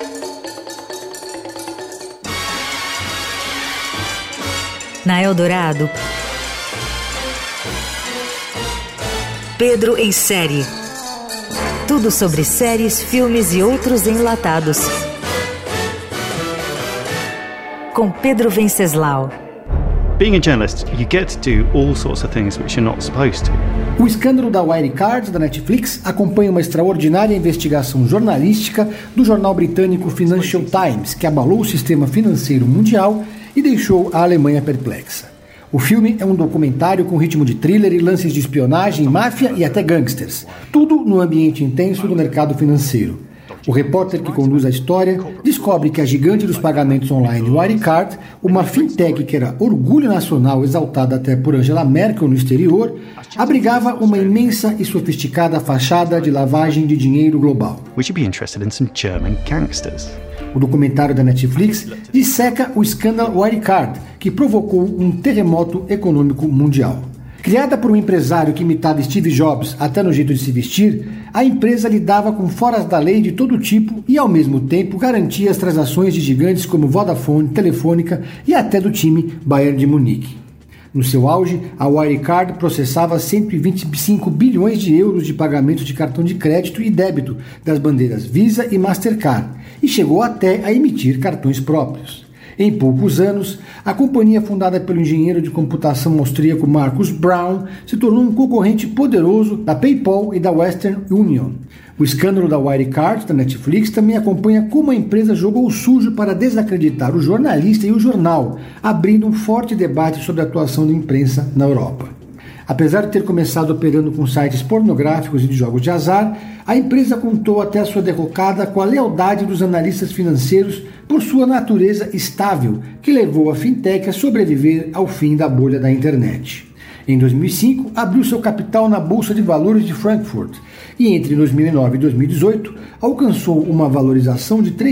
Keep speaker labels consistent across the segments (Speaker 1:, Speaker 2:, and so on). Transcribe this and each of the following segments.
Speaker 1: Na Eldorado, Pedro em Série. Tudo sobre séries, filmes e outros enlatados. Com Pedro Venceslau.
Speaker 2: Being a journalist, you get to do all sorts of things which you're not supposed to.
Speaker 3: O escândalo da Wirecard, da Netflix, acompanha uma extraordinária investigação jornalística do jornal britânico Financial Times, que abalou o sistema financeiro mundial e deixou a Alemanha perplexa. O filme é um documentário com ritmo de thriller e lances de espionagem, máfia e até gangsters. Tudo no ambiente intenso do mercado financeiro. O repórter que conduz a história descobre que a gigante dos pagamentos online Wirecard, uma fintech que era orgulho nacional exaltada até por Angela Merkel no exterior, abrigava uma imensa e sofisticada fachada de lavagem de dinheiro global.
Speaker 2: Would you be interested in some German gangsters?
Speaker 3: O documentário da Netflix disseca o escândalo Wirecard, que provocou um terremoto econômico mundial. Criada por um empresário que imitava Steve Jobs até no jeito de se vestir, a empresa lidava com foras da lei de todo tipo e, ao mesmo tempo, garantia as transações de gigantes como Vodafone, Telefônica e até do time Bayern de Munique. No seu auge, a Wirecard processava 125 bilhões de euros de pagamentos de cartão de crédito e débito das bandeiras Visa e Mastercard e chegou até a emitir cartões próprios. Em poucos anos, a companhia fundada pelo engenheiro de computação austríaco Markus Braun se tornou um concorrente poderoso da PayPal e da Western Union. O escândalo da Wirecard, da Netflix, também acompanha como a empresa jogou sujo para desacreditar o jornalista e o jornal, abrindo um forte debate sobre a atuação da imprensa na Europa. Apesar de ter começado operando com sites pornográficos e de jogos de azar, a empresa contou até a sua derrocada com a lealdade dos analistas financeiros por sua natureza estável, que levou a fintech a sobreviver ao fim da bolha da internet. Em 2005, abriu seu capital na Bolsa de Valores de Frankfurt e entre 2009 e 2018 alcançou uma valorização de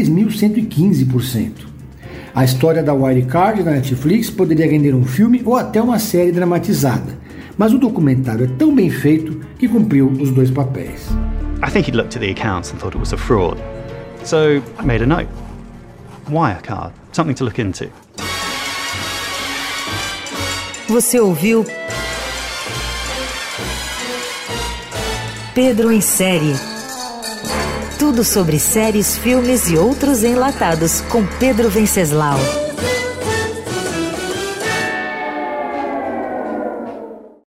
Speaker 3: 3.115%. A história da Wirecard da Netflix poderia render um filme ou até uma série dramatizada, mas o documentário é tão bem feito que cumpriu os dois papéis.
Speaker 2: I think he'd looked at the accounts and thought it was a fraud. So I made a note. Wirecard, something to look into.
Speaker 1: Você ouviu Pedro em Série. Tudo sobre séries, filmes e outros enlatados com Pedro Venceslau.